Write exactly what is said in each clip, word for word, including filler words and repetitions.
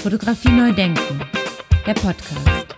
Fotografie neu denken, der Podcast.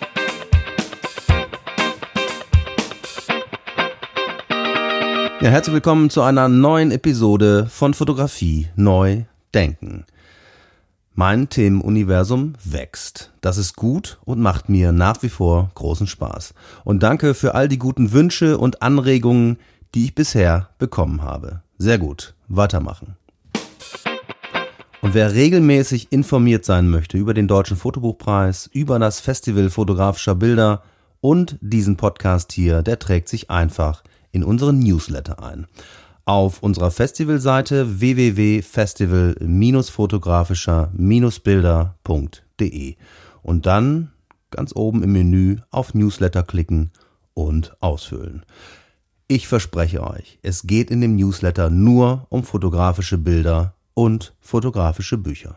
Ja, herzlich willkommen zu einer neuen Episode von Fotografie neu denken. Mein Themenuniversum wächst. Das ist gut und macht mir nach wie vor großen Spaß. Und danke für all die guten Wünsche und Anregungen, die ich bisher bekommen habe. Sehr gut, weitermachen. Und wer regelmäßig informiert sein möchte über den Deutschen Fotobuchpreis, über das Festival fotografischer Bilder und diesen Podcast hier, der trägt sich einfach in unseren Newsletter ein. Auf unserer Festivalseite w w w punkt festival dash fotografischer dash bilder punkt de und dann ganz oben im Menü auf Newsletter klicken und ausfüllen. Ich verspreche euch, es geht in dem Newsletter nur um fotografische Bilder und fotografische Bücher.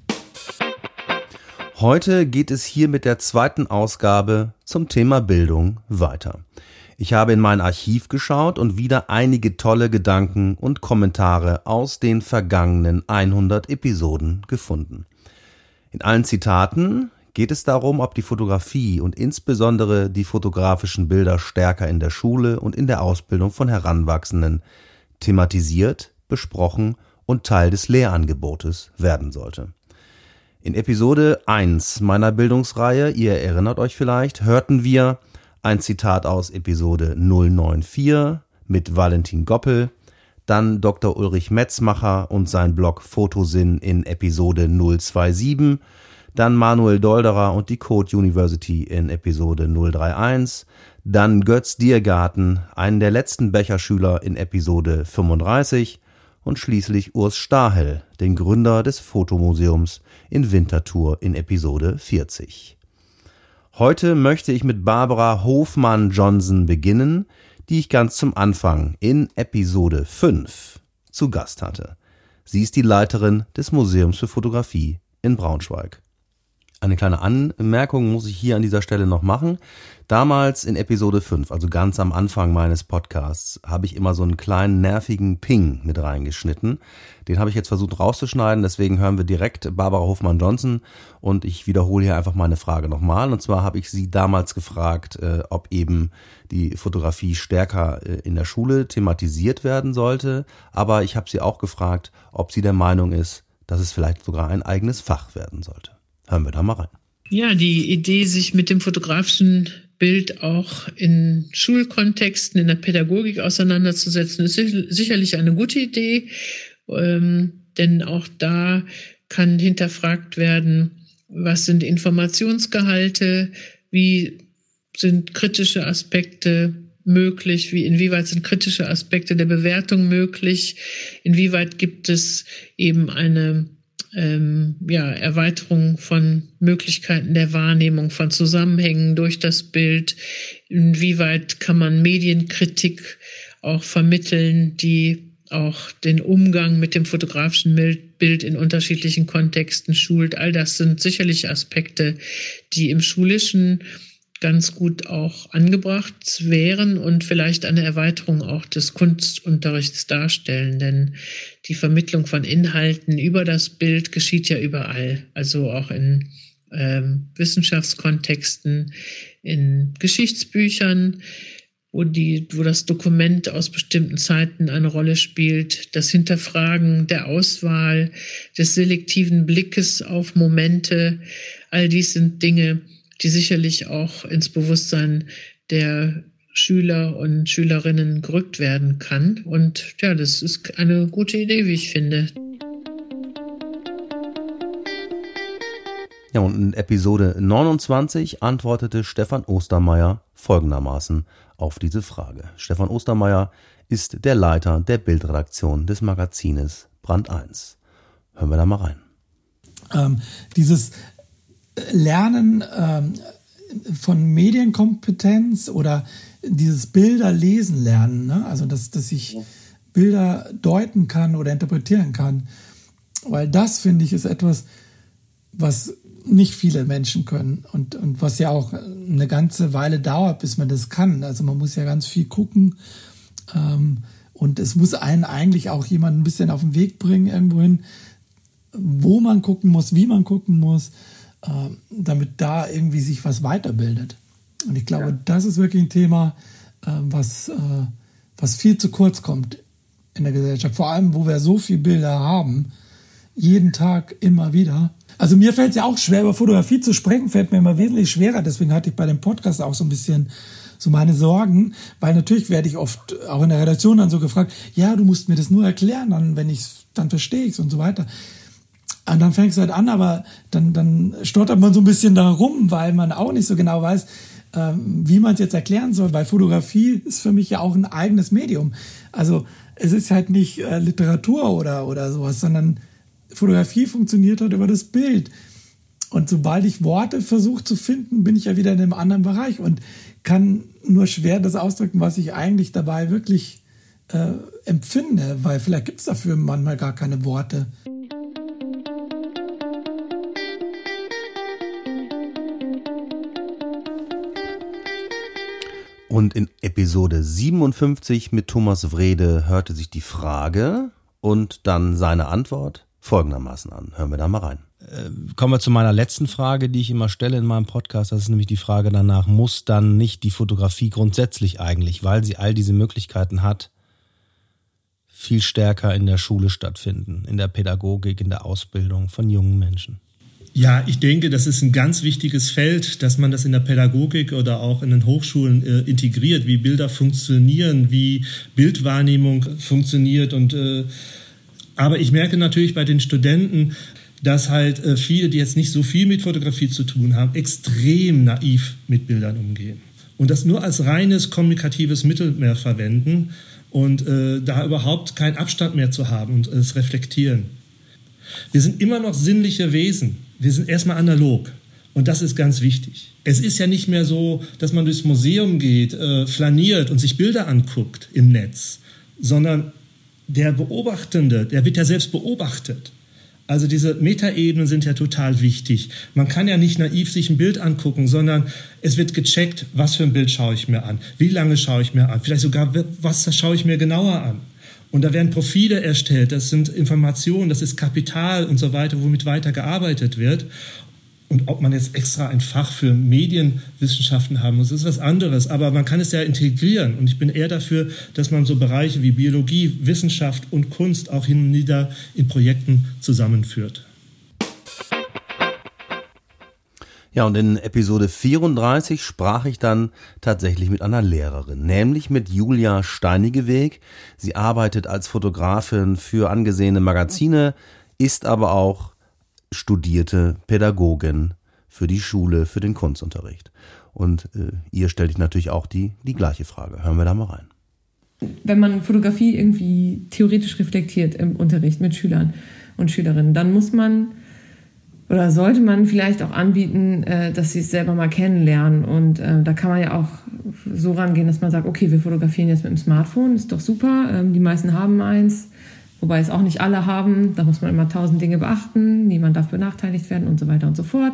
Heute geht es hier mit der zweiten Ausgabe zum Thema Bildung weiter. Ich habe in mein Archiv geschaut und wieder einige tolle Gedanken und Kommentare aus den vergangenen hundert Episoden gefunden. In allen Zitaten geht es darum, ob die Fotografie und insbesondere die fotografischen Bilder stärker in der Schule und in der Ausbildung von Heranwachsenden thematisiert, besprochen und Teil des Lehrangebotes werden sollte. In Episode eins meiner Bildungsreihe, ihr erinnert euch vielleicht, hörten wir ein Zitat aus Episode null neun vier mit Valentin Goppel, dann Doktor Ulrich Metzmacher und sein Blog Fotosinn in Episode null zwei sieben, dann Manuel Dolderer und die Code University in Episode null drei eins, dann Götz Diergarten, einen der letzten Becher-Schüler in Episode fünfunddreißig und schließlich Urs Stahel, den Gründer des Fotomuseums in Winterthur in Episode vierzig. Heute möchte ich mit Barbara Hofmann-Johnson beginnen, die ich ganz zum Anfang in Episode fünf zu Gast hatte. Sie ist die Leiterin des Museums für Fotografie in Braunschweig. Eine kleine Anmerkung muss ich hier an dieser Stelle noch machen. Damals in Episode fünf, also ganz am Anfang meines Podcasts, habe ich immer so einen kleinen nervigen Ping mit reingeschnitten. Den habe ich jetzt versucht rauszuschneiden, deswegen hören wir direkt Barbara Hofmann-Johnson und ich wiederhole hier einfach meine Frage nochmal. Und zwar habe ich sie damals gefragt, äh, ob eben die Fotografie stärker äh, in der Schule thematisiert werden sollte, aber ich habe sie auch gefragt, ob sie der Meinung ist, dass es vielleicht sogar ein eigenes Fach werden sollte. Hören wir da mal rein. Ja, die Idee, sich mit dem fotografischen Bild auch in Schulkontexten, in der Pädagogik auseinanderzusetzen, ist sicherlich eine gute Idee, ähm, denn auch da kann hinterfragt werden, was sind Informationsgehalte, wie sind kritische Aspekte möglich, wie inwieweit sind kritische Aspekte der Bewertung möglich, inwieweit gibt es eben eine Ähm, ja, Erweiterung von Möglichkeiten der Wahrnehmung von Zusammenhängen durch das Bild. Inwieweit kann man Medienkritik auch vermitteln, die auch den Umgang mit dem fotografischen Bild in unterschiedlichen Kontexten schult. All das sind sicherlich Aspekte, die im Schulischen ganz gut auch angebracht wären und vielleicht eine Erweiterung auch des Kunstunterrichts darstellen. Denn die Vermittlung von Inhalten über das Bild geschieht ja überall. Also auch in ähm, Wissenschaftskontexten, in Geschichtsbüchern, wo, die, wo das Dokument aus bestimmten Zeiten eine Rolle spielt. Das Hinterfragen der Auswahl, des selektiven Blickes auf Momente. All dies sind Dinge, die sicherlich auch ins Bewusstsein der Schüler und Schülerinnen gerückt werden kann. Und ja, das ist eine gute Idee, wie ich finde. Ja, und in Episode neunundzwanzig antwortete Stefan Ostermeier folgendermaßen auf diese Frage. Stefan Ostermeier ist der Leiter der Bildredaktion des Magazines Brand eins. Hören wir da mal rein. Ähm, dieses Lernen ähm, von Medienkompetenz oder dieses Bilder lesen lernen, ne? Also dass, dass ich Bilder deuten kann oder interpretieren kann, weil das, finde ich, ist etwas, was nicht viele Menschen können und, und was ja auch eine ganze Weile dauert, bis man das kann. Also man muss ja ganz viel gucken ähm, und es muss einen eigentlich auch jemand ein bisschen auf den Weg bringen irgendwohin, wo man gucken muss, wie man gucken muss, äh, damit da irgendwie sich was weiterbildet. Und ich glaube, ja. das ist wirklich ein Thema, äh, was, äh, was viel zu kurz kommt in der Gesellschaft. Vor allem, wo wir so viele Bilder haben, jeden Tag immer wieder. Also mir fällt es ja auch schwer, über Fotografie zu sprechen, fällt mir immer wesentlich schwerer. Deswegen hatte ich bei dem Podcast auch so ein bisschen so meine Sorgen, weil natürlich werde ich oft auch in der Redaktion dann so gefragt, ja, du musst mir das nur erklären, dann, wenn ich's, dann verstehe ich es und so weiter. Und dann fängst du halt an, aber dann, dann stottert man so ein bisschen da rum, weil man auch nicht so genau weiß, ähm, wie man es jetzt erklären soll, weil Fotografie ist für mich ja auch ein eigenes Medium. Also es ist halt nicht äh, Literatur oder, oder sowas, sondern Fotografie funktioniert halt über das Bild. Und sobald ich Worte versuche zu finden, bin ich ja wieder in einem anderen Bereich und kann nur schwer das ausdrücken, was ich eigentlich dabei wirklich äh, empfinde, weil vielleicht gibt es dafür manchmal gar keine Worte. Und in Episode siebenundfünfzig mit Thomas Wrede hörte sich die Frage und dann seine Antwort folgendermaßen an. Hören wir da mal rein. Kommen wir zu meiner letzten Frage, die ich immer stelle in meinem Podcast. Das ist nämlich die Frage danach, muss dann nicht die Fotografie grundsätzlich eigentlich, weil sie all diese Möglichkeiten hat, viel stärker in der Schule stattfinden, in der Pädagogik, in der Ausbildung von jungen Menschen? Ja, ich denke, das ist ein ganz wichtiges Feld, dass man das in der Pädagogik oder auch in den Hochschulen äh, integriert, wie Bilder funktionieren, wie Bildwahrnehmung funktioniert. Und äh, aber ich merke natürlich bei den Studenten, dass halt äh, viele, die jetzt nicht so viel mit Fotografie zu tun haben, extrem naiv mit Bildern umgehen und das nur als reines kommunikatives Mittel mehr verwenden und äh, da überhaupt keinen Abstand mehr zu haben und es reflektieren. Wir sind immer noch sinnliche Wesen. Wir sind erstmal analog und das ist ganz wichtig. Es ist ja nicht mehr so, dass man durchs Museum geht, äh, flaniert und sich Bilder anguckt im Netz, sondern der Beobachtende, der wird ja selbst beobachtet. Also diese Metaebenen sind ja total wichtig. Man kann ja nicht naiv sich ein Bild angucken, sondern es wird gecheckt, was für ein Bild schaue ich mir an, wie lange schaue ich mir an, vielleicht sogar, was schaue ich mir genauer an. Und da werden Profile erstellt, das sind Informationen, das ist Kapital und so weiter, womit weiter gearbeitet wird. Und ob man jetzt extra ein Fach für Medienwissenschaften haben muss, ist was anderes. Aber man kann es ja integrieren. Und ich bin eher dafür, dass man so Bereiche wie Biologie, Wissenschaft und Kunst auch hin und wieder in Projekten zusammenführt. Ja, und in Episode vierunddreißig sprach ich dann tatsächlich mit einer Lehrerin, nämlich mit Julia Steinigeweg. Sie arbeitet als Fotografin für angesehene Magazine, ist aber auch studierte Pädagogin für die Schule, für den Kunstunterricht. Und äh, ihr stelle ich natürlich auch die, die gleiche Frage. Hören wir da mal rein. Wenn man Fotografie irgendwie theoretisch reflektiert im Unterricht mit Schülern und Schülerinnen, dann muss man oder sollte man vielleicht auch anbieten, äh, dass sie es selber mal kennenlernen. Und äh, da kann man ja auch so rangehen, dass man sagt, okay, wir fotografieren jetzt mit dem Smartphone, ist doch super. Ähm, die meisten haben eins, wobei es auch nicht alle haben. Da muss man immer tausend Dinge beachten, niemand darf benachteiligt werden und so weiter und so fort.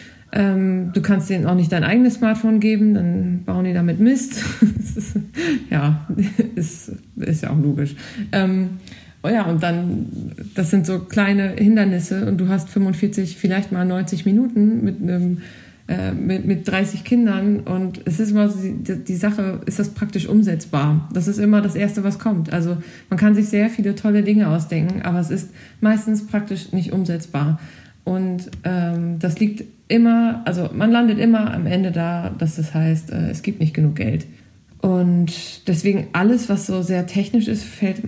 Ähm, du kannst denen auch nicht dein eigenes Smartphone geben, dann bauen die damit Mist. ist, ja, ist, ist ja auch logisch. Ähm, Oh ja, und dann, das sind so kleine Hindernisse und du hast fünfundvierzig, vielleicht mal neunzig Minuten mit einem, äh, mit, mit dreißig Kindern und es ist immer so die, die Sache, ist das praktisch umsetzbar? Das ist immer das Erste, was kommt. Also man kann sich sehr viele tolle Dinge ausdenken, aber es ist meistens praktisch nicht umsetzbar. Und ähm, das liegt immer, also man landet immer am Ende da, dass das heißt, äh, es gibt nicht genug Geld. Und deswegen alles, was so sehr technisch ist, fällt,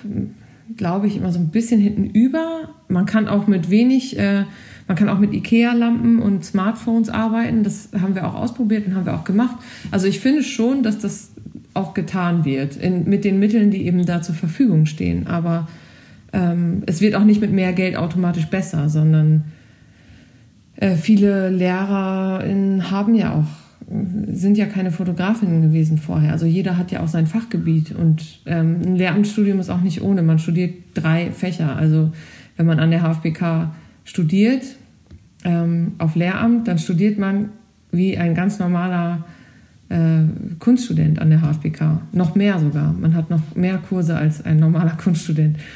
glaube ich, immer so ein bisschen hinten über. Man kann auch mit wenig, äh, man kann auch mit Ikea-Lampen und Smartphones arbeiten. Das haben wir auch ausprobiert und haben wir auch gemacht. Also ich finde schon, dass das auch getan wird in, mit den Mitteln, die eben da zur Verfügung stehen. Aber ähm, es wird auch nicht mit mehr Geld automatisch besser, sondern äh, viele LehrerInnen haben ja auch sind ja keine Fotografinnen gewesen vorher. Also jeder hat ja auch sein Fachgebiet und ähm, ein Lehramtsstudium ist auch nicht ohne. Man studiert drei Fächer. Also wenn man an der H F B K studiert, ähm, auf Lehramt, dann studiert man wie ein ganz normaler äh, Kunststudent an der H F B K. Noch mehr sogar. Man hat noch mehr Kurse als ein normaler Kunststudent.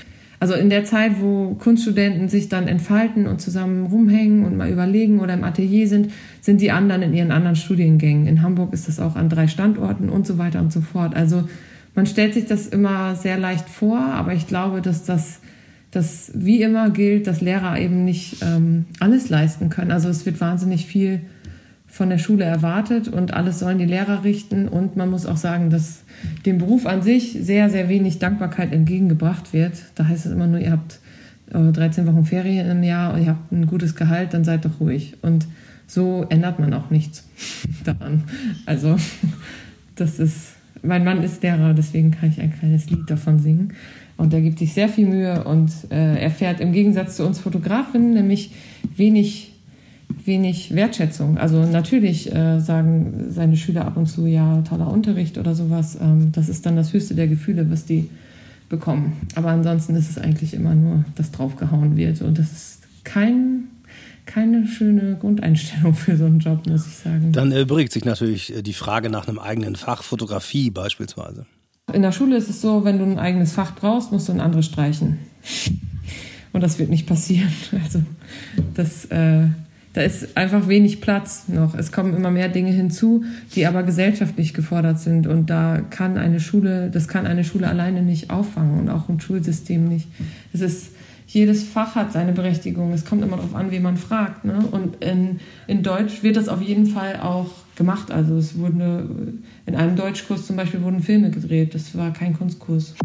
Also in der Zeit, wo Kunststudenten sich dann entfalten und zusammen rumhängen und mal überlegen oder im Atelier sind, sind die anderen in ihren anderen Studiengängen. In Hamburg ist das auch an drei Standorten und so weiter und so fort. Also man stellt sich das immer sehr leicht vor, aber ich glaube, dass das, das wie immer gilt, dass Lehrer eben nicht ähm, alles leisten können. Also es wird wahnsinnig viel von der Schule erwartet und alles sollen die Lehrer richten. Und man muss auch sagen, dass dem Beruf an sich sehr, sehr wenig Dankbarkeit entgegengebracht wird. Da heißt es immer nur, ihr habt dreizehn Wochen Ferien im Jahr und ihr habt ein gutes Gehalt, dann seid doch ruhig. Und so ändert man auch nichts daran. Also das ist, mein Mann ist Lehrer, deswegen kann ich ein kleines Lied davon singen. Und er gibt sich sehr viel Mühe und äh, er fährt im Gegensatz zu uns Fotografinnen nämlich wenig wenig Wertschätzung. Also natürlich äh, sagen seine Schüler ab und zu, ja, toller Unterricht oder sowas. Ähm, das ist dann das höchste der Gefühle, was die bekommen. Aber ansonsten ist es eigentlich immer nur, dass draufgehauen wird. Und das ist kein, keine schöne Grundeinstellung für so einen Job, muss ich sagen. Dann erübrigt sich natürlich die Frage nach einem eigenen Fach, Fotografie beispielsweise. In der Schule ist es so, wenn du ein eigenes Fach brauchst, musst du ein anderes streichen. Und das wird nicht passieren. Also das... Äh, Da ist einfach wenig Platz noch. Es kommen immer mehr Dinge hinzu, die aber gesellschaftlich gefordert sind. Und da kann eine Schule, das kann eine Schule alleine nicht auffangen und auch ein Schulsystem nicht. Es ist, jedes Fach hat seine Berechtigung. Es kommt immer darauf an, wie man fragt, ne? Und in, in Deutsch wird das auf jeden Fall auch gemacht. Also es wurde, in einem Deutschkurs zum Beispiel wurden Filme gedreht. Das war kein Kunstkurs.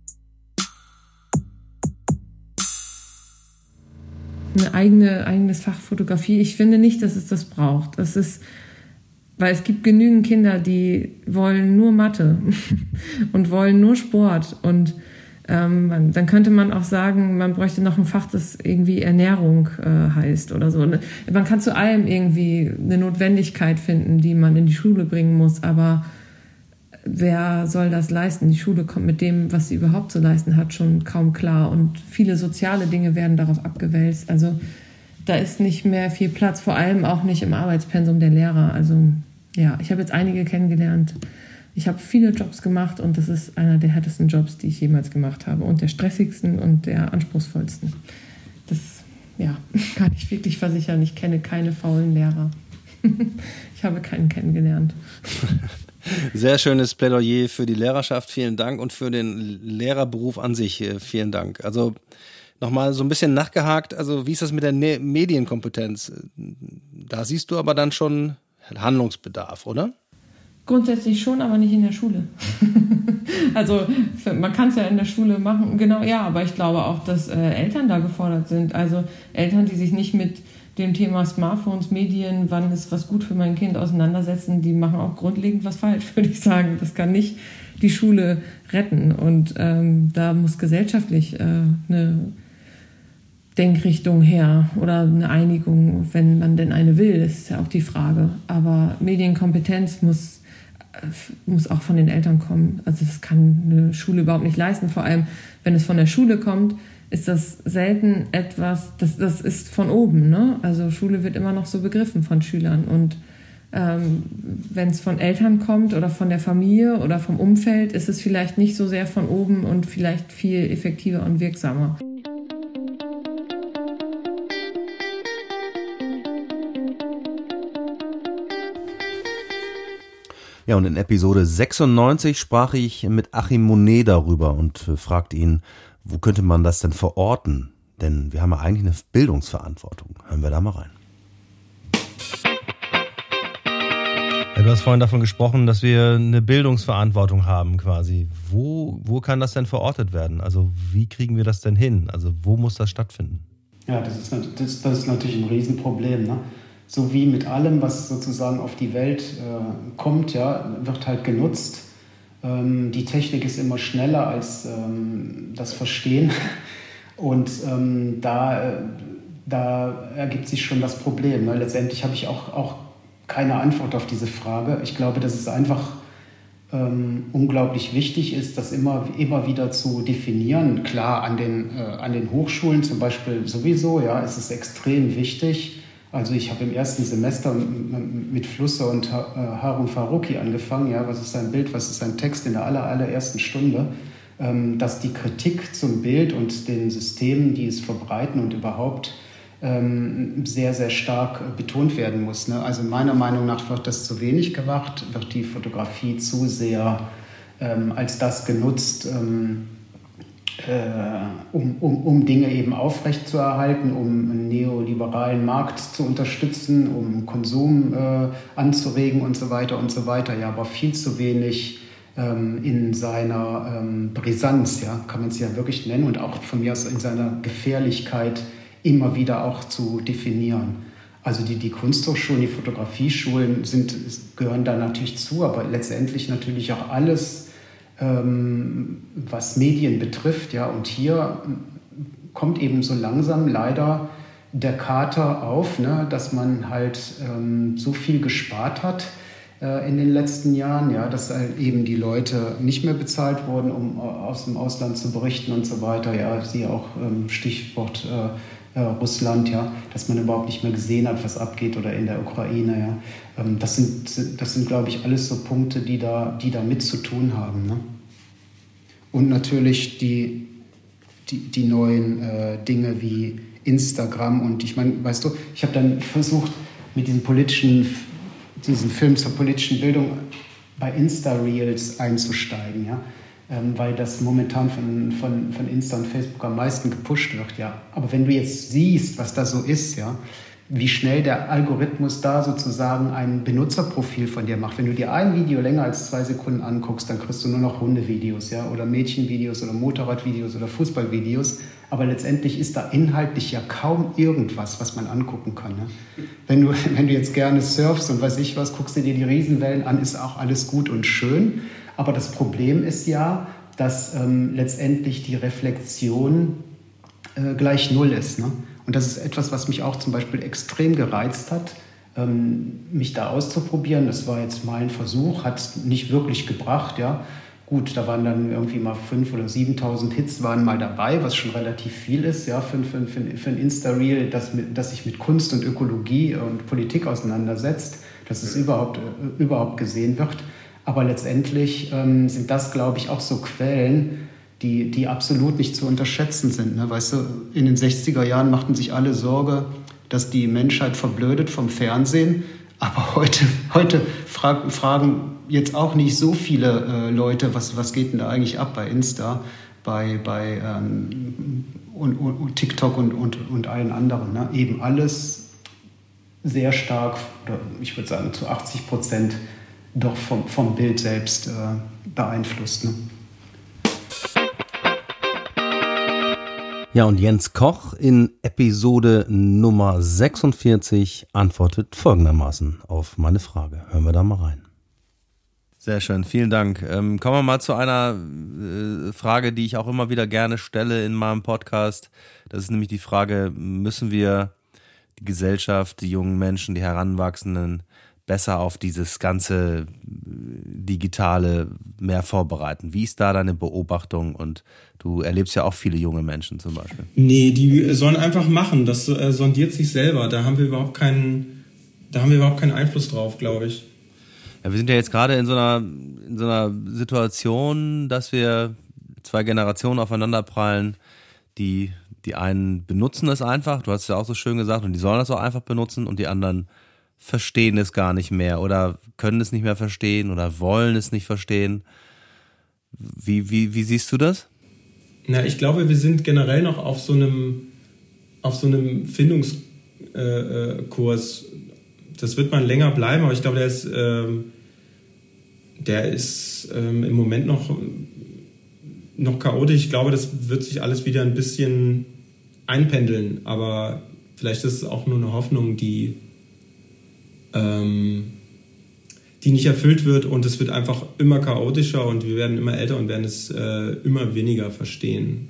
Ein eigene, eigenes Fach Fotografie. Ich finde nicht, dass es das braucht. Es ist, weil es gibt genügend Kinder, die wollen nur Mathe und wollen nur Sport. Und ähm, man, dann könnte man auch sagen, man bräuchte noch ein Fach, das irgendwie Ernährung äh, heißt oder so. Man kann zu allem irgendwie eine Notwendigkeit finden, die man in die Schule bringen muss. Aber wer soll das leisten? Die Schule kommt mit dem, was sie überhaupt zu leisten hat, schon kaum klar. Und viele soziale Dinge werden darauf abgewälzt. Also da ist nicht mehr viel Platz, vor allem auch nicht im Arbeitspensum der Lehrer. Also ja, ich habe jetzt einige kennengelernt. Ich habe viele Jobs gemacht und das ist einer der härtesten Jobs, die ich jemals gemacht habe. Und der stressigsten und der anspruchsvollsten. Das ja, kann ich wirklich versichern. Ich kenne keine faulen Lehrer. Ich habe keinen kennengelernt. Sehr schönes Plädoyer für die Lehrerschaft, vielen Dank, und für den Lehrerberuf an sich, vielen Dank. Also nochmal so ein bisschen nachgehakt, also wie ist das mit der ne- Medienkompetenz? Da siehst du aber dann schon Handlungsbedarf, oder? Grundsätzlich schon, aber nicht in der Schule. Also man kann es ja in der Schule machen, genau, ja, aber ich glaube auch, dass äh, Eltern da gefordert sind. Also Eltern, die sich nicht mit dem Thema Smartphones, Medien, wann ist was gut für mein Kind auseinandersetzen, die machen auch grundlegend was falsch, würde ich sagen. Das kann nicht die Schule retten. Und ähm, da muss gesellschaftlich äh, eine Denkrichtung her oder eine Einigung, wenn man denn eine will, das ist ja auch die Frage. Aber Medienkompetenz muss, äh, muss auch von den Eltern kommen. Also das kann eine Schule überhaupt nicht leisten. Vor allem, wenn es von der Schule kommt, ist das selten etwas, das, das ist von oben, ne? Also Schule wird immer noch so begriffen von Schülern. Und ähm, wenn es von Eltern kommt oder von der Familie oder vom Umfeld, ist es vielleicht nicht so sehr von oben und vielleicht viel effektiver und wirksamer. Ja, und in Episode sechsundneunzig sprach ich mit Achim Monet darüber und fragte ihn, wo könnte man das denn verorten? Denn wir haben ja eigentlich eine Bildungsverantwortung. Hören wir da mal rein. Ja, du hast vorhin davon gesprochen, dass wir eine Bildungsverantwortung haben quasi. Wo, wo kann das denn verortet werden? Also wie kriegen wir das denn hin? Also wo muss das stattfinden? Ja, das ist, das, das ist natürlich ein Riesenproblem, ne? So wie mit allem, was sozusagen auf die Welt äh, kommt, ja, wird halt genutzt. Ähm, die Technik ist immer schneller als ähm, das Verstehen. Und ähm, da, da ergibt sich schon das Problem. Ne? Letztendlich habe ich auch, auch keine Antwort auf diese Frage. Ich glaube, dass es einfach ähm, unglaublich wichtig ist, das immer, immer wieder zu definieren. Klar, an den, äh, an den Hochschulen zum Beispiel sowieso, ja, ist es extrem wichtig. Also ich habe im ersten Semester mit Flusser und Harun Faruqi angefangen. Ja, was ist ein Bild, was ist ein Text in der aller, allerersten Stunde. ähm, dass die Kritik zum Bild und den Systemen, die es verbreiten und überhaupt ähm, sehr, sehr stark betont werden muss. Ne? Also meiner Meinung nach wird das zu wenig gemacht, wird die Fotografie zu sehr ähm, als das genutzt, ähm, äh, um, um, um Dinge eben aufrechtzuerhalten, um einen neoliberalen Markt zu unterstützen, um Konsum äh, anzuregen und so weiter und so weiter. Ja, aber viel zu wenig ähm, in seiner ähm, Brisanz, ja, kann man es ja wirklich nennen, und auch von mir aus in seiner Gefährlichkeit immer wieder auch zu definieren. Also die, die Kunsthochschulen, die Fotografieschulen sind, gehören da natürlich zu, aber letztendlich natürlich auch alles, ähm, was Medien betrifft. Ja. Und hier kommt eben so langsam leider der Kater auf, ne, dass man halt ähm, so viel gespart hat äh, in den letzten Jahren, ja, dass halt eben die Leute nicht mehr bezahlt wurden, um aus dem Ausland zu berichten und so weiter. Ja, sie auch ähm, Stichwort äh, Äh, Russland, ja, dass man überhaupt nicht mehr gesehen hat, was abgeht, oder in der Ukraine, ja. Ähm, das sind, das sind, glaube ich, alles so Punkte, die da, die da mit zu tun haben. Ne? Und natürlich die, die, die neuen äh, Dinge wie Instagram, und ich meine, weißt du, ich habe dann versucht, mit diesem politischen, diesem Film zur politischen Bildung bei Insta-Reels einzusteigen, ja. Ähm, weil das momentan von, von, von Insta und Facebook am meisten gepusht wird, ja. Aber wenn du jetzt siehst, was da so ist, ja, wie schnell der Algorithmus da sozusagen ein Benutzerprofil von dir macht. Wenn du dir ein Video länger als zwei Sekunden anguckst, dann kriegst du nur noch Hundevideos, ja, oder Mädchenvideos oder Motorradvideos oder Fußballvideos. Aber letztendlich ist da inhaltlich ja kaum irgendwas, was man angucken kann. Ne? Wenn du, wenn du jetzt gerne surfst und weiß ich was, guckst du dir die Riesenwellen an, ist auch alles gut und schön. Aber das Problem ist ja, dass ähm, letztendlich die Reflexion äh, gleich null ist. Ne? Und das ist etwas, was mich auch zum Beispiel extrem gereizt hat, ähm, mich da auszuprobieren. Das war jetzt mal ein Versuch, hat nicht wirklich gebracht. Ja? Gut, da waren dann irgendwie mal fünftausend oder siebentausend Hits waren mal dabei, was schon relativ viel ist, ja, für, für, für, für ein Insta-Reel, das, das sich mit Kunst und Ökologie und Politik auseinandersetzt, dass es überhaupt, äh, überhaupt gesehen wird. Aber letztendlich ähm, sind das, glaube ich, auch so Quellen, die, die absolut nicht zu unterschätzen sind. Ne? Weißt du, in den sechziger Jahren machten sich alle Sorge, dass die Menschheit verblödet vom Fernsehen. Aber heute, heute frag, fragen jetzt auch nicht so viele äh, Leute, was, was geht denn da eigentlich ab bei Insta, bei, bei ähm, und, und, und TikTok und, und, und allen anderen. Ne? Eben alles sehr stark, oder ich würde sagen zu achtzig Prozent, doch vom, vom Bild selbst äh, beeinflusst. Ne? Ja, und Jens Koch in Episode Nummer sechsundvierzig antwortet folgendermaßen auf meine Frage. Hören wir da mal rein. Sehr schön, vielen Dank. Ähm, kommen wir mal zu einer äh, Frage, die ich auch immer wieder gerne stelle in meinem Podcast. Das ist nämlich die Frage, müssen wir die Gesellschaft, die jungen Menschen, die Heranwachsenden besser auf dieses ganze Digitale mehr vorbereiten? Wie ist da deine Beobachtung? Und du erlebst ja auch viele junge Menschen zum Beispiel. Nee, die sollen einfach machen. Das äh, sondiert sich selber. Da haben wir überhaupt keinen, da haben wir überhaupt keinen Einfluss drauf, glaube ich. Ja, wir sind ja jetzt gerade in so einer, in so einer Situation, dass wir zwei Generationen aufeinanderprallen, die, die einen benutzen es einfach, du hast es ja auch so schön gesagt, und die sollen das auch einfach benutzen, und die anderen verstehen es gar nicht mehr oder können es nicht mehr verstehen oder wollen es nicht verstehen. Wie, wie, wie siehst du das? Na, ich glaube, wir sind generell noch auf so einem, auf so einem Findungskurs. Das wird mal länger bleiben, aber ich glaube, der ist, ähm, der ist ähm, im Moment noch, noch chaotisch. Ich glaube, das wird sich alles wieder ein bisschen einpendeln, aber vielleicht ist es auch nur eine Hoffnung, die ähm, die nicht erfüllt wird, und es wird einfach immer chaotischer und wir werden immer älter und werden es äh, immer weniger verstehen.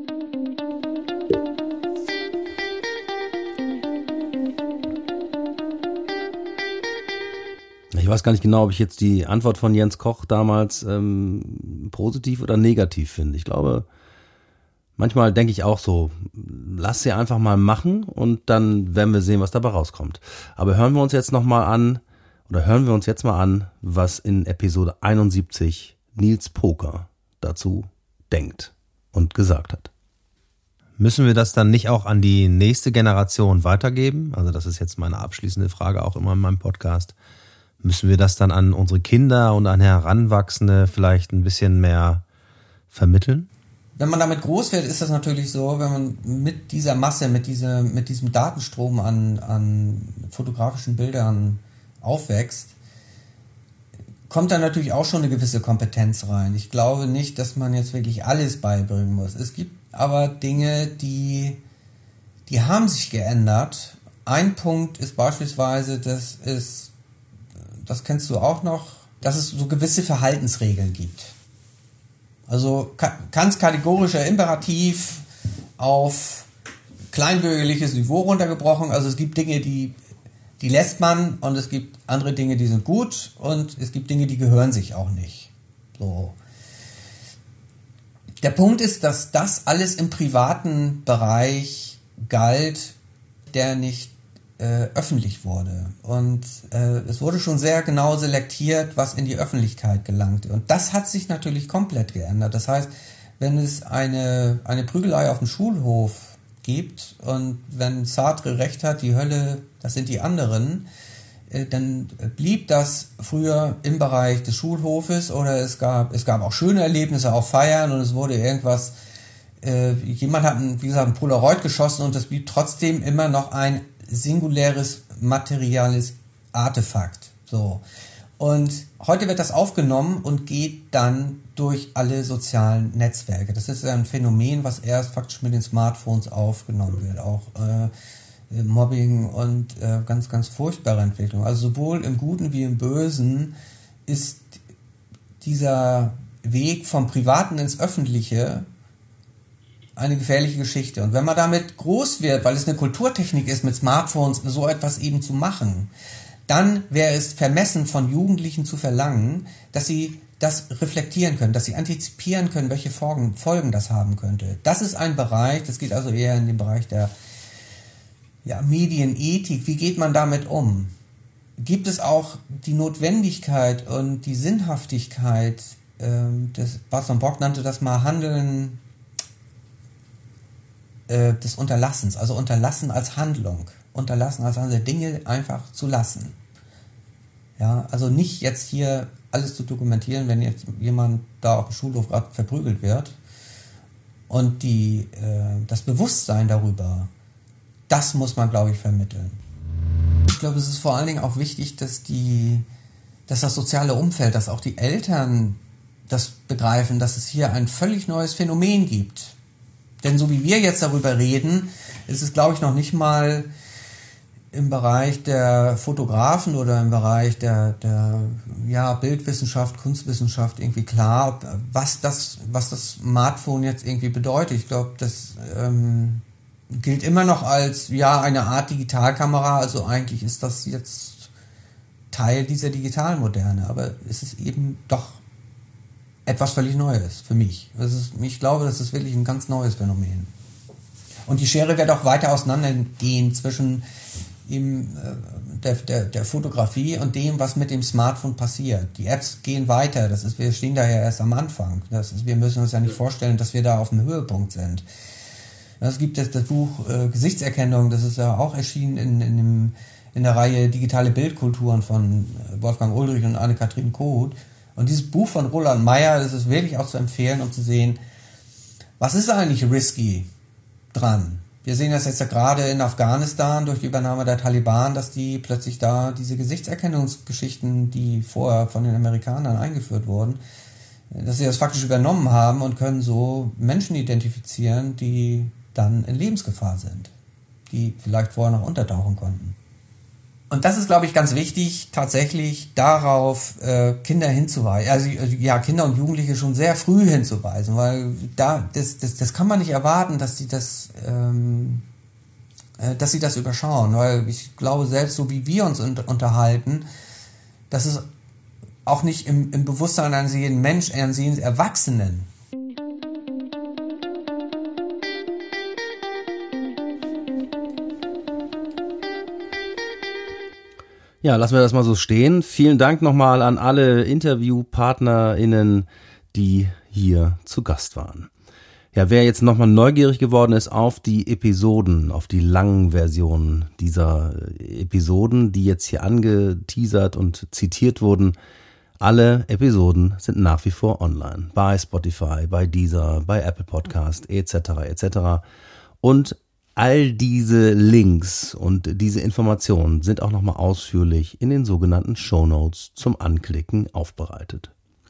Ich weiß gar nicht genau, ob ich jetzt die Antwort von Jens Koch damals ähm, positiv oder negativ finde. Ich glaube, manchmal denke ich auch so, lass sie einfach mal machen und dann werden wir sehen, was dabei rauskommt. Aber hören wir uns jetzt nochmal an, oder hören wir uns jetzt mal an, was in Episode einundsiebzig Nils Poker dazu denkt und gesagt hat. Müssen wir das dann nicht auch an die nächste Generation weitergeben? Also das ist jetzt meine abschließende Frage auch immer in meinem Podcast. Müssen wir das dann an unsere Kinder und an Heranwachsende vielleicht ein bisschen mehr vermitteln? Wenn man damit groß wird, ist das natürlich so, wenn man mit dieser Masse, mit, dieser, mit diesem Datenstrom an, an fotografischen Bildern aufwächst, kommt da natürlich auch schon eine gewisse Kompetenz rein. Ich glaube nicht, dass man jetzt wirklich alles beibringen muss. Es gibt aber Dinge, die, die haben sich geändert. Ein Punkt ist beispielsweise, dass es, das kennst du auch noch, dass es so gewisse Verhaltensregeln gibt. Also ganz kategorischer Imperativ auf kleinbürgerliches Niveau runtergebrochen. Also es gibt Dinge, die, die lässt man, und es gibt andere Dinge, die sind gut, und es gibt Dinge, die gehören sich auch nicht. So. Der Punkt ist, dass das alles im privaten Bereich galt, der nicht äh, öffentlich wurde. Und äh, es wurde schon sehr genau selektiert, was in die Öffentlichkeit gelangte. Und das hat sich natürlich komplett geändert. Das heißt, wenn es eine, eine Prügelei auf dem Schulhof gibt und wenn Sartre recht hat, die Hölle, das sind die anderen, äh, dann blieb das früher im Bereich des Schulhofes, oder es gab, es gab auch schöne Erlebnisse, auch Feiern, und es wurde irgendwas, äh, jemand hat, ein, wie gesagt, ein Polaroid geschossen, und es blieb trotzdem immer noch ein singuläres materiales Artefakt. So. Und heute wird das aufgenommen und geht dann durch alle sozialen Netzwerke. Das ist ein Phänomen, was erst faktisch mit den Smartphones aufgenommen wird. Auch äh, Mobbing und äh, ganz, ganz furchtbare Entwicklung. Also sowohl im Guten wie im Bösen ist dieser Weg vom Privaten ins Öffentliche eine gefährliche Geschichte. Und wenn man damit groß wird, weil es eine Kulturtechnik ist, mit Smartphones so etwas eben zu machen, dann wäre es vermessen von Jugendlichen zu verlangen, dass sie das reflektieren können, dass sie antizipieren können, welche Folgen, Folgen das haben könnte. Das ist ein Bereich, das geht also eher in den Bereich der ja, Medienethik. Wie geht man damit um? Gibt es auch die Notwendigkeit und die Sinnhaftigkeit, ähm, das Barton Bock nannte das mal Handeln des Unterlassens, also Unterlassen als Handlung, Unterlassen als Handlung, Dinge einfach zu lassen. Ja, also nicht jetzt hier alles zu dokumentieren, wenn jetzt jemand da auf dem Schulhof gerade verprügelt wird, und die, äh, das Bewusstsein darüber, das muss man, glaube ich, vermitteln. Ich glaube, es ist vor allen Dingen auch wichtig, dass die, dass das soziale Umfeld, dass auch die Eltern das begreifen, dass es hier ein völlig neues Phänomen gibt. Denn so wie wir jetzt darüber reden, ist es, glaube ich, noch nicht mal im Bereich der Fotografen oder im Bereich der, der ja, Bildwissenschaft, Kunstwissenschaft irgendwie klar, was das, was das Smartphone jetzt irgendwie bedeutet. Ich glaube, das ähm, gilt immer noch als ja eine Art Digitalkamera. Also eigentlich ist das jetzt Teil dieser Digitalmoderne. Aber es ist eben doch etwas völlig Neues für mich. Das ist, ich glaube, das ist wirklich ein ganz neues Phänomen. Und die Schere wird auch weiter auseinandergehen zwischen ihm, äh, der, der, der Fotografie und dem, was mit dem Smartphone passiert. Die Apps gehen weiter. Das ist, wir stehen da ja erst am Anfang. Das ist, wir müssen uns ja nicht vorstellen, dass wir da auf dem Höhepunkt sind. Es gibt jetzt das Buch äh, Gesichtserkennung, das ist ja auch erschienen in, in, dem, in der Reihe Digitale Bildkulturen von Wolfgang Ulrich und Anne-Kathrin Koht. Und dieses Buch von Roland Meyer, das ist wirklich auch zu empfehlen, um zu sehen, was ist eigentlich risky dran? Wir sehen das jetzt ja gerade in Afghanistan durch die Übernahme der Taliban, dass die plötzlich da diese Gesichtserkennungsgeschichten, die vorher von den Amerikanern eingeführt wurden, dass sie das faktisch übernommen haben und können so Menschen identifizieren, die dann in Lebensgefahr sind, die vielleicht vorher noch untertauchen konnten. Und das ist, glaube ich, ganz wichtig, tatsächlich darauf äh, Kinder hinzuweisen, also ja, Kinder und Jugendliche schon sehr früh hinzuweisen, weil da das, das, das kann man nicht erwarten, dass sie das, ähm, äh, dass sie das überschauen, weil ich glaube, selbst so wie wir uns un- unterhalten, dass es auch nicht im, im Bewusstsein eines jeden Menschen, eines jeden Erwachsenen. Ja, lassen wir das mal so stehen. Vielen Dank nochmal an alle InterviewpartnerInnen, die hier zu Gast waren. Ja, wer jetzt nochmal neugierig geworden ist auf die Episoden, auf die langen Versionen dieser Episoden, die jetzt hier angeteasert und zitiert wurden, alle Episoden sind nach wie vor online. Bei Spotify, bei Deezer, bei Apple Podcast et cetera et cetera. Und all diese Links und diese Informationen sind auch nochmal ausführlich in den sogenannten Shownotes zum Anklicken aufbereitet.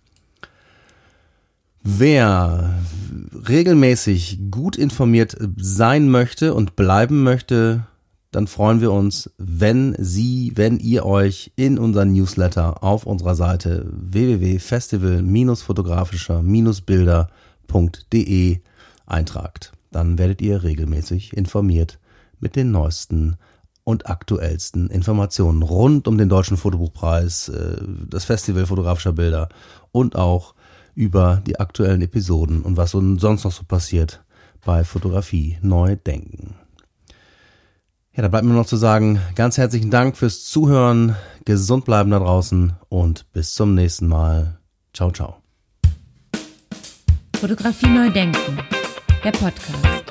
Wer regelmäßig gut informiert sein möchte und bleiben möchte, dann freuen wir uns, wenn Sie, wenn ihr euch in unseren Newsletter auf unserer Seite w w w punkt festival Bindestrich fotografischer Bindestrich bilder punkt de eintragt. Dann werdet ihr regelmäßig informiert mit den neuesten und aktuellsten Informationen rund um den Deutschen Fotobuchpreis, das Festival fotografischer Bilder und auch über die aktuellen Episoden und was sonst noch so passiert bei Fotografie neu denken. Ja, da bleibt mir noch zu sagen, ganz herzlichen Dank fürs Zuhören, gesund bleiben da draußen und bis zum nächsten Mal. Ciao, ciao. Fotografie neu denken, der Podcast.